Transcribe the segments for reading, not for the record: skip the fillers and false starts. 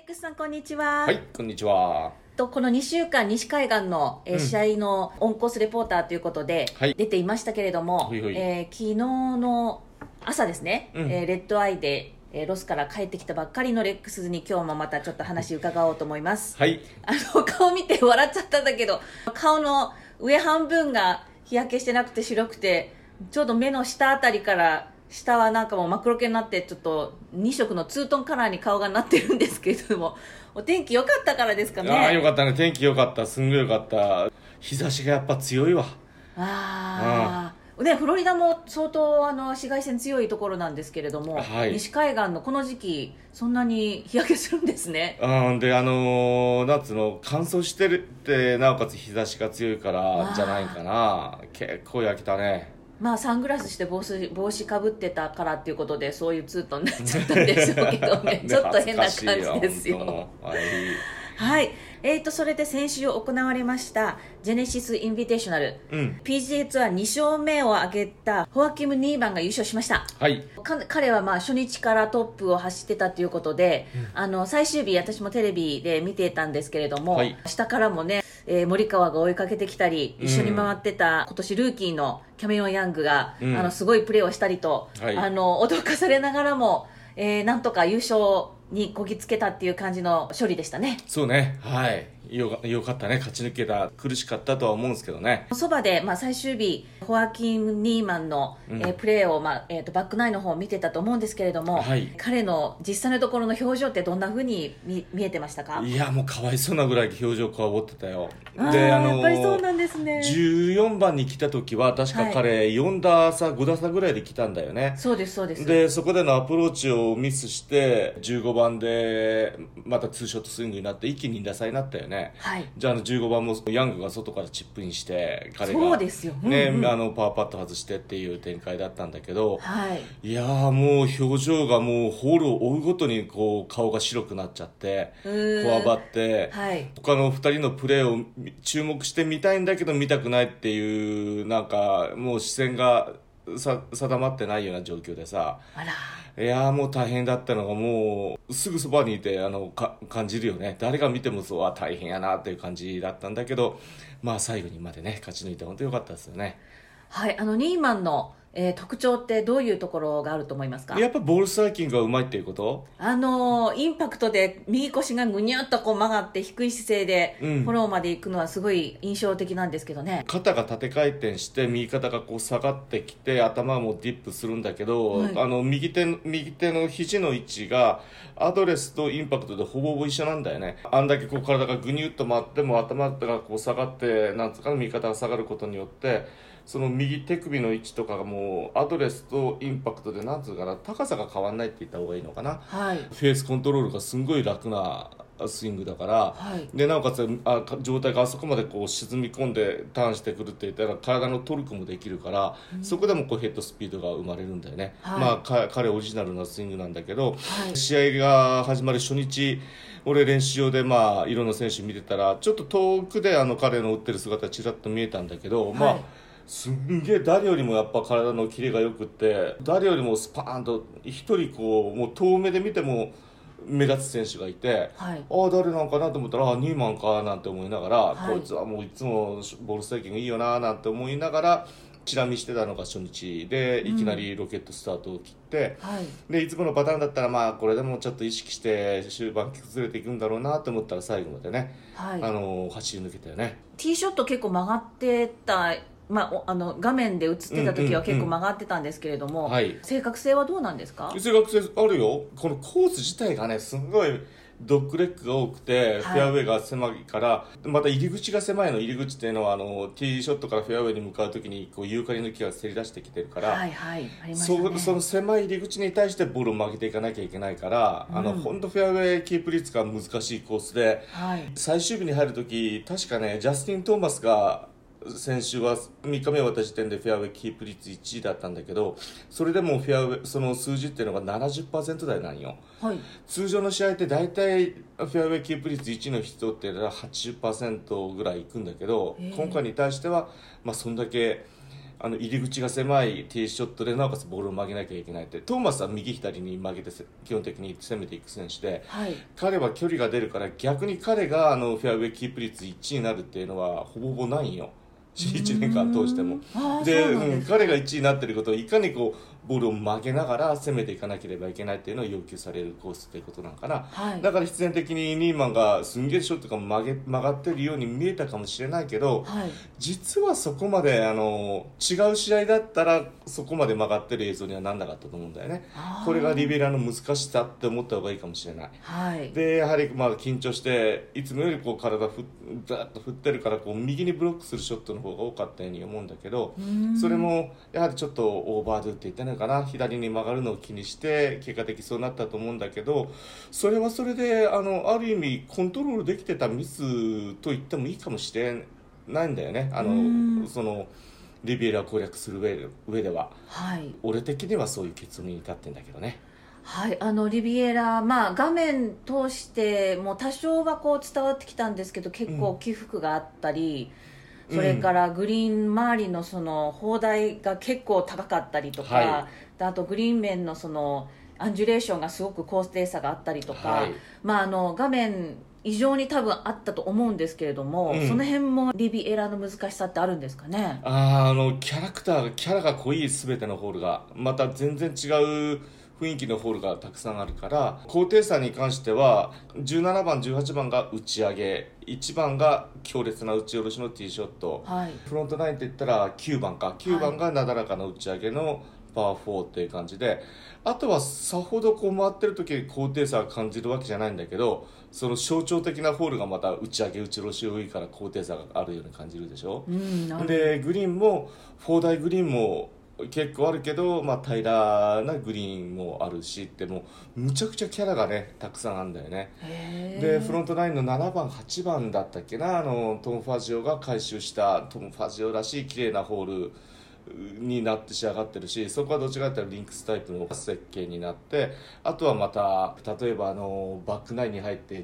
X さんこんにちは。 はい、こんにちは。 この2週間西海岸の、試合のオンコースレポーターということで、 はい出ていましたけれども、 ほいほい昨日の朝ですね、レッドアイで、ロスから帰ってきたばっかりのレックスに今日もまたちょっと話伺おうと思います。 はい。 顔見て笑っちゃったんだけど、顔の上半分が日焼けしてなくて白くて、ちょうど目の下あたりから下はなんかもう真っ黒けになって、ちょっと2色のツートンカラーに顔がなってるんですけれども、お天気良かったからですかね。 ああ、よかったね。天気よかった。すんごいよかった。日差しがやっぱ強いわ。 ね、フロリダも相当紫外線強いところなんですけれども、 はい、 西海岸のこの時期そんなに日焼けするんですね。 で夏の乾燥してるってなおかつ日差しが強いからじゃないかな。結構焼けたね。 まあサングラスして帽子かぶってたからっていうことでそういうツートになっちゃったんでしょうけどねちょっと変な感じですよ。はい、それで先週行われましたジェネシスインビテーショナル、PGA ツアー2勝目を挙げたホアキム・ニーマンが優勝しました。 はい、 彼はまあ初日からトップを走ってたということで、最終日私もテレビで見てたんですけれども、下からもね、森川が追いかけてきたり、一緒に回ってた今年ルーキーのキャメロン・ヤングが、すごいプレーをしたりと、脅かされながらも、なんとか優勝にこぎつけたっていう感じの勝利でしたね。 そうね、はい、よかったね。勝ち抜けた。苦しかったとは思うんですけどね。 そばで、最終日ホアキム・ニーマンの、プレーを、バックナインの方を見てたと思うんですけれども、彼の実際のところの表情ってどんな風に見えてましたか？ いや、もうかわいそうなぐらい表情こわぼってたよ。 で、やっぱりそうなんですね。 14番に来た時は確か彼4打差5打差ぐらいで来たんだよね。 そうですそうです。 でそこでのアプローチをミスして15番でまたツーショットスイングになって一気に2打差になったよね。じゃあ15番もヤングが外からチップインして彼がそうですよ、 パワーパット外してっていう展開だったんだけど、いやーもう表情がもうホールを追うごとにこう顔が白くなっちゃってこわばって、他の2人のプレーを注目して見たいんだけど見たくないっていうなんかもう視線が定まってないような状況でさ、いやーもう大変だったのがもうすぐそばにいて感じるよね。誰が見てもそうは大変やなっていう感じだったんだけど、最後にまでね勝ち抜いて本当に良かったですよね。 はい、ニーマンの特徴ってどういうところがあると思いますか？ やっぱボールストライキングがうまいっていうこと。 インパクトで右腰がぐにゃっとこう曲がって低い姿勢でフォローまで行くのはすごい印象的なんですけどね。 肩が縦回転して右肩がこう下がってきて頭もディップするんだけど、右手の肘の位置がアドレスとインパクトでほぼほぼ一緒なんだよね。あんだけこう体がぐにゅっと回っても頭がこう下がってなんつうか右肩が下がることによってその右手首の位置とかがもうアドレスとインパクトでなんつうかな高さが変わんないって言った方がいいのかな、フェースコントロールがすんごい楽なスイングだから、でなおかつ状態があそこまでこう沈み込んでターンしてくるって言ったら体のトルクもできるから、そこでもこうヘッドスピードが生まれるんだよね。彼オリジナルなスイングなんだけど、試合が始まる初日俺練習場でいろんな選手見てたらちょっと遠くで彼の打ってる姿ちらっと見えたんだけど、すんげえ誰よりもやっぱ体のキレがよくって誰よりもスパーンと一人こうもう遠目で見ても目立つ選手がいて、誰なんかなと思ったらニーマンかなんて思いながら、こいつはもういつもボールストライキングいいよななんて思いながらチラ見してたのが初日でいきなりロケットスタートを切って、でいつものパターンだったらこれでもちょっと意識して終盤崩れていくんだろうなと思ったら最後までね、走り抜けたよね。 ティーショット結構曲がってた、画面で映ってた時は結構曲がってたんですけれども、正確性はどうなんですか？ 正確性あるよ。このコース自体がねすごいドッグレッグが多くて、フェアウェイが狭いからまた入り口が狭いの。入り口っていうのはティーショットからフェアウェイに向かう時にこうユーカリの木がせり出してきてるから、その狭い入り口に対してボールを曲げていかなきゃいけないから、本当フェアウェイキープ率が難しいコースで、最終日に入る時確かねジャスティン・トーマスが先週は3日目終わった時点でフェアウェイキープ率1位だったんだけど、それでもフェアウェイその数字っていうのが 70% 台なんよ。通常の試合って大体フェアウェイキープ率1位の人っていうのは 80% ぐらいいくんだけど、今回に対してはそんだけ入り口が狭いティーショットでなおかつボールを曲げなきゃいけないって。トーマスは右左に曲げて基本的に攻めていく選手で、 はい、 彼は距離が出るから逆に彼がフェアウェイキープ率1位になるっていうのはほぼほぼないんよ。1年間通しても。で、彼が1位になってることをいかにこうボールを曲げながら攻めていかなければいけないっていうのを要求されるコースっていうことなんかな、 はい、 だから必然的にニーマンがすんげえショットが曲がってるように見えたかもしれないけど、 はい、 実はそこまで違う試合だったらそこまで曲がってる映像にはなんなかったと思うんだよね。これがリベラの難しさって思った方がいいかもしれない、はい、でやはりまあ緊張していつもよりこう体だーっと振ってるからこう右にブロックするショットの方が多かったように思うんだけど、それもやはりちょっとオーバードゥって言ったのかな、左に曲がるのを気にして結果的そうなったと思うんだけど、それはそれである意味コントロールできてたミスと言ってもいいかもしれないんだよね。そのリビエラを攻略する上では、はい、俺的にはそういう結論に至ってんだけどね。 はい、リビエラ、まあ、画面通しても多少はこう伝わってきたんですけど、結構起伏があったり、それからグリーン周りのその砲台が結構高かったりとか、はい、あとグリーン面のそのアンジュレーションがすごく高低差があったりとか、はい、まあ、画面異常に多分あったと思うんですけれども、その辺もリビエラの難しさってあるんですかね。 キャラが濃い全てのホールがまた全然違う雰囲気のホールがたくさんあるから、高低差に関しては17番18番が打ち上げ、1番が強烈な打ち下ろしのティーショット、はい、フロントナインって言ったら9番がなだらかな打ち上げのパー4っていう感じで、あとはさほどこう回ってる時に高低差を感じるわけじゃないんだけど、その象徴的なホールがまた打ち上げ打ち下ろし多いから高低差があるように感じるでしょ、でグリーンも4台グリーンも結構あるけど、まあ、平らなグリーンもあるしってもうむちゃくちゃキャラがねたくさんあるんだよね。でフロントナインの7番8番だったっけな、トム・ファジオが回収したトム・ファジオらしい綺麗なホールになって仕上がってるし、そこはどっちかというとリンクスタイプの設計になって、あとはまた例えばバックナインに入って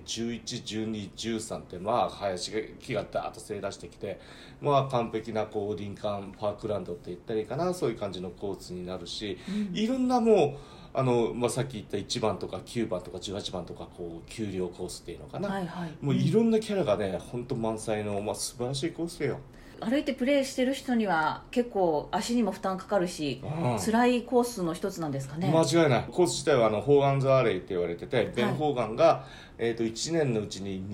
11、12、13ってまあ林が木がダーッとせい出してきて、まあ完璧なこう林間パークランドって言ったらいいかな、そういう感じのコースになるし、いろんなもうまあ、さっき言った1番とか9番とか18番とかこう丘陵コースっていうのかな、はいはい、もういろんなキャラがね本当満載の、まあ、素晴らしいコースよ。 歩いてプレーしてる人には結構足にも負担かかるし、辛いコースの一つなんですかね。 間違いない。コース自体はホーガンズ・アーレイって言われてて、ベン・ホーガンが、1年のうちに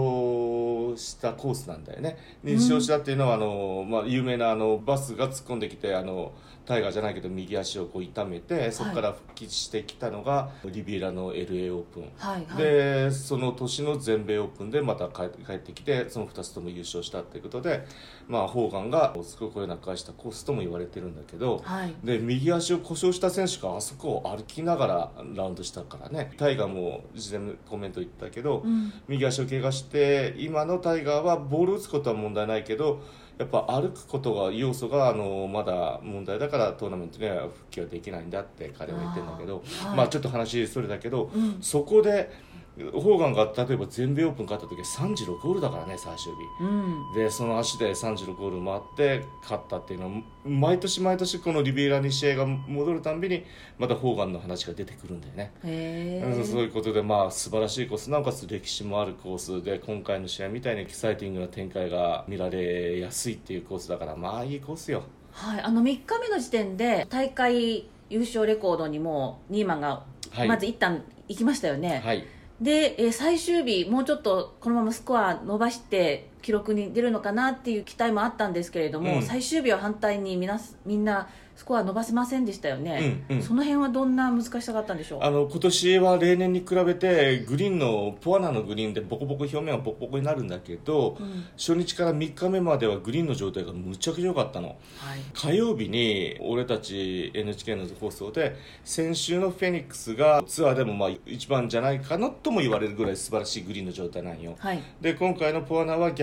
2勝したコースなんだよね。2勝したっていうのはまあ、有名なバスが突っ込んできてタイガーじゃないけど右足をこう痛めて、そこから復帰してきたのがリビエラの LA オープン、はいはい、でその年の全米オープンでまた帰ってきてその2つとも優勝したっていうことで、まあ、ホーガンがすごいこよなく返したコースとも言われてるんだけど、はい、で右足を故障した選手があそこを歩きながらラウンドしたからね。タイガーも事前コメント言ったけど、右足を怪我して今のタイガーはボール打つことは問題ないけどやっぱ歩くことが要素がまだ問題だからトーナメントには復帰はできないんだって彼は言ってるんだけど、まあちょっと話それだけど、そこでホーガンが例えば全米オープン勝った時は36ゴールだからね最終日、でその足で36ゴール回って勝ったっていうのは毎年毎年このリビエラに試合が戻るたんびにまたホーガンの話が出てくるんだよね。そういうことでまあ素晴らしいコース、なおかつ歴史もあるコースで今回の試合みたいにエキサイティングな展開が見られやすいっていうコースだから、まあいいコースよ。 はい、3日目の時点で大会優勝レコードにもニーマンがまず一旦行きましたよね。はい、で最終日もうちょっとこのままスコア伸ばして記録に出るのかなっていう期待もあったんですけれども、最終日は反対にみんなスコア伸ばせませんでしたよね。その辺はどんな難しさがあったんでしょう。 今年は例年に比べてグリーンのポアナのグリーンでボコボコ表面はボコボコになるんだけど、初日から3日目まではグリーンの状態がむちゃくちゃ良かったの、はい、火曜日に俺たち NHK の放送で先週のフェニックスがツアーでもまあ一番じゃないかなとも言われるぐらい素晴らしいグリーンの状態なんよ、はい、で今回のポアナは逆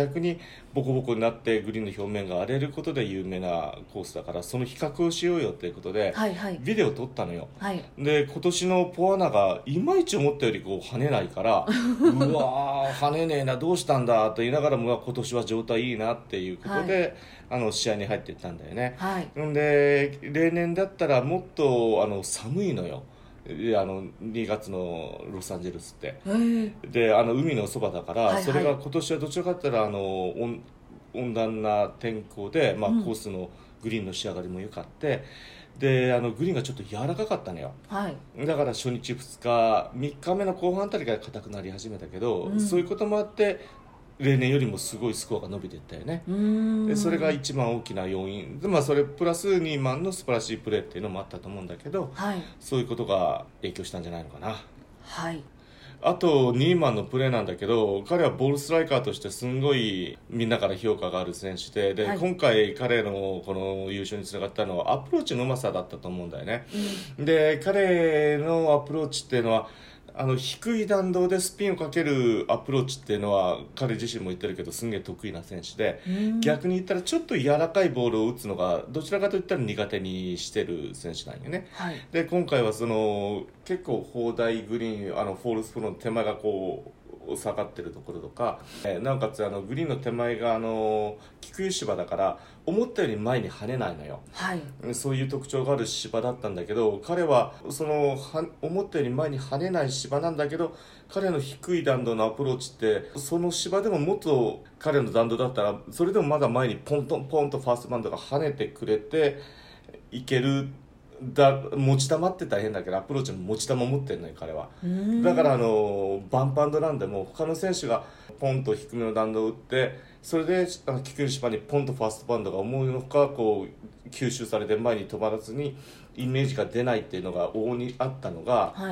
逆にボコボコになってグリーンの表面が荒れることで有名なコースだから、その比較をしようよっていうことで、 はいはい、 ビデオを撮ったのよ、 はい、 で今年のポアナがいまいち思ったよりこう跳ねないからうわー跳ねねえな、どうしたんだと言いながらも今年は状態いいなっていうことで、試合に入っていったんだよね、 はい、 で例年だったらもっと寒いのよ、2月のロサンゼルスって、で海のそばだから、はいはい、それが今年はどちらかというと温暖な天候で、コースのグリーンの仕上がりも良かって、でグリーンがちょっと柔らかかったのよ、 はい、 だから初日2日3日目の後半あたりから硬くなり始めたけど、そういうこともあって例年よりもすごいスコアが伸びていったよね。でそれが一番大きな要因で、それプラスニーマンの素晴らしいプレーっていうのもあったと思うんだけど、 はい、 そういうことが影響したんじゃないのかな。 はい、あとニーマンのプレーなんだけど、彼はボールストライカーとしてすんごいみんなから評価がある選手で、はい、今回彼のこの優勝につながったのはアプローチのうまさだったと思うんだよね、で彼のアプローチっていうのは低い弾道でスピンをかけるアプローチっていうのは彼自身も言ってるけどすんげえ得意な選手で、逆に言ったらちょっと柔らかいボールを打つのがどちらかといったら苦手にしてる選手なんよね、はい、で今回は結構砲台グリーンフォールスプロの手前がこう下がってるところとか、なおかつグリーンの手前が菊湯芝だから思ったより前に跳ねないのよ、はい、そういう特徴がある芝だったんだけど、彼は思ったより前に跳ねない芝なんだけど、彼の低い弾道のアプローチってその芝でももっと彼の弾道だったらそれでもまだ前にポンとファーストバンドが跳ねてくれていける。持ち球って大変だけどアプローチも持ち球持ってるのよ彼は。だからバンパンドランでも他の選手がポンと低めの弾道を打ってそれで菊の芝にポンとファーストバンドが思いのほかこう吸収されて前に飛ばらずにイメージが出ないっていうのが往々にあったのが、はい、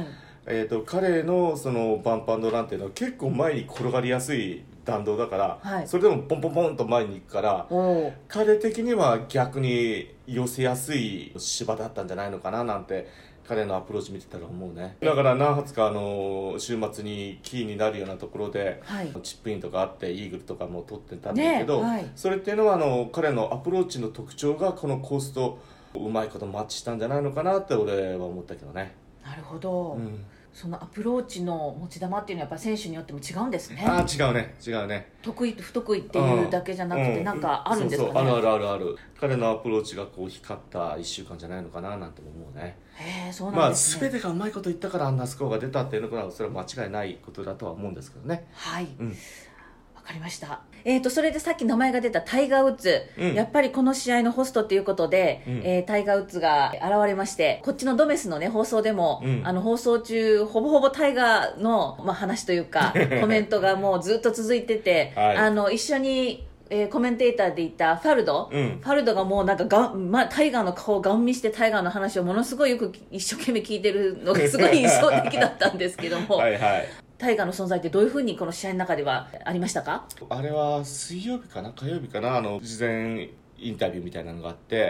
彼のそのバンパンドランっていうのは結構前に転がりやすい弾道だから、はい、それでもポンポンポンと前に行くから彼的には逆に寄せやすい芝だったんじゃないのかななんて彼のアプローチ見てたら思うね。だから何発か週末にキーになるようなところで、はい、チップインとかあってイーグルとかも取ってたんだけど、はい、それっていうのは彼のアプローチの特徴がこのコースとうまいことマッチしたんじゃないのかなって俺は思ったけどね。 なるほど、そのアプローチの持ち球っていうのはやっぱ選手によっても違うんですね。 違うね得意と不得意っていうだけじゃなくてなんかあるんですかね。 そうある彼のアプローチがこう光った1週間じゃないのかななんて思うね。 そうなんですね。 全てがうまいこと言ったからあんなスコアが出たっていうのはそれは間違いないことだとは思うんですけどね。 はい、わかりました。それでさっき名前が出たタイガー・ウッズ、やっぱりこの試合のホストということで、タイガー・ウッズが現れまして、こっちのドメスのね放送でも、放送中ほぼほぼタイガーの、話というかコメントがもうずっと続いてて、はい、一緒にコメンテーターでいたファルドがもうなんかタイガーの顔をガン見してタイガーの話をものすごいよく一生懸命聞いてるのがすごい印象的だったんですけどもはい、はいタイガーの存在ってどういうふうにこの試合の中ではありましたか？ あれは水曜日かな火曜日かな事前インタビューみたいなのがあって、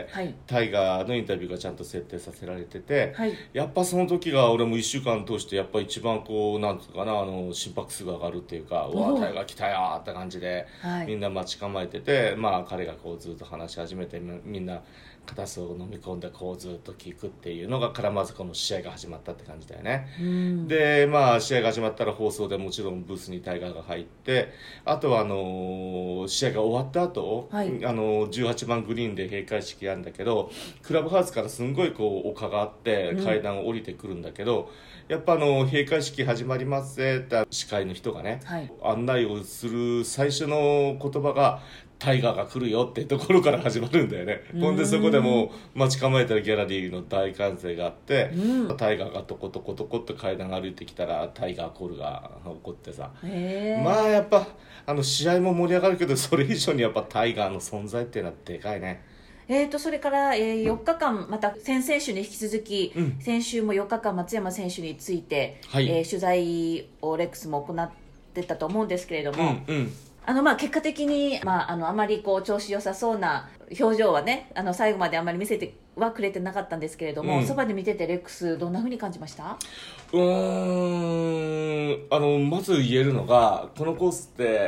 はい、タイガーのインタビューがちゃんと設定させられてて、はい、やっぱその時が俺も1週間通してやっぱ一番こうなんつうかな心拍数が上がるっていうかうわタイガー来たよって感じで、はい、みんな待ち構えてて彼がこうずっと話し始めてみんな片手を飲み込んでこうずっと聞くっていうのがからまずこの試合が始まったって感じだよね。で試合が始まったら放送でもちろんブースにタイガーが入ってあとは試合が終わった後、はい、18番グリーンで閉会式やるんだけどクラブハウスからすんごいこう丘があって階段を降りてくるんだけど、やっぱ閉会式始まりますって司会の人がね、はい、案内をする最初の言葉がタイガーが来るよってところから始まるんだよね。ほんでそこでもう待ち構えたらギャラリーの大歓声があって、タイガーがトコトコトコって階段歩いてきたらタイガーコールが起こってさ、やっぱ試合も盛り上がるけどそれ以上にやっぱタイガーの存在っていうのはでかいね。 それから、4日間また先々週に引き続き、先週も4日間松山選手について、はい、取材をレックスも行ってたと思うんですけれども、結果的に、あまりこう調子良さそうな表情はね最後まであまり見せてはくれてなかったんですけれども、そばで見ててレックスどんな風に感じました？ まず言えるのがこのコースって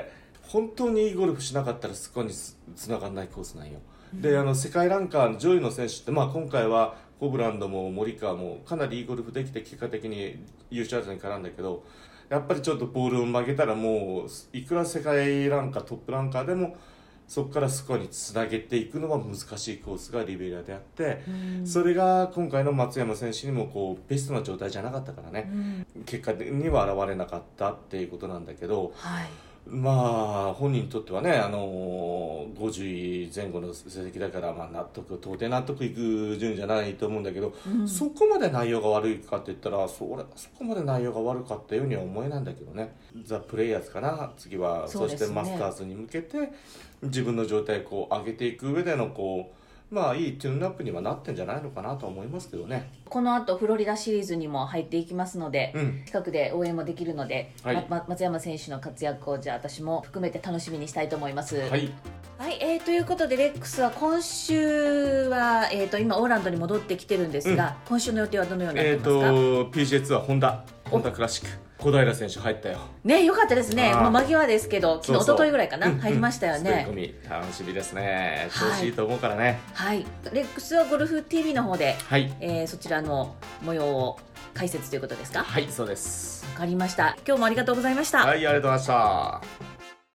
本当にいいゴルフしなかったらスコアにつながらないコースなんよ。で世界ランカー上位の選手って、今回はホブランドもモリカワもかなりいいゴルフできて結果的に優勝争いに絡んだけど、やっぱりちょっとボールを曲げたらもういくら世界ランカートップランカーでもそこからスコアにつなげていくのは難しいコースがリベリアであって、それが今回の松山選手にもベストな状態じゃなかったからね、結果には現れなかったっていうことなんだけど、本人にとってはね、50位前後の成績だから、到底納得いく順位じゃないと思うんだけど、そこまで内容が悪いかって言ったらそこまで内容が悪かったようには思えないんだけどね。ザ・プレイヤーズかな、次は。そしてマスターズに向けて自分の状態を上げていく上でのいいチューンアップにはなってんじゃないのかなと思いますけどね。 この後フロリダシリーズにも入っていきますので、近くで応援もできるので、松山選手の活躍をじゃあ私も含めて楽しみにしたいと思います。ということでレックスは今週は、今オーランドに戻ってきてるんですが、今週の予定はどのようになってますか ？PGA ツアーホンダクラシック、小平選手入ったよね。よかったですね。間際ですけど昨日一昨日ぐらいかな、入りましたよね。 楽しみですね。調子いいと思うからね。 レックスはゴルフ TV の方で、そちらの模様を解説ということですか？ そうです。 わかりました。今日もありがとうございました。 ありがとうございました。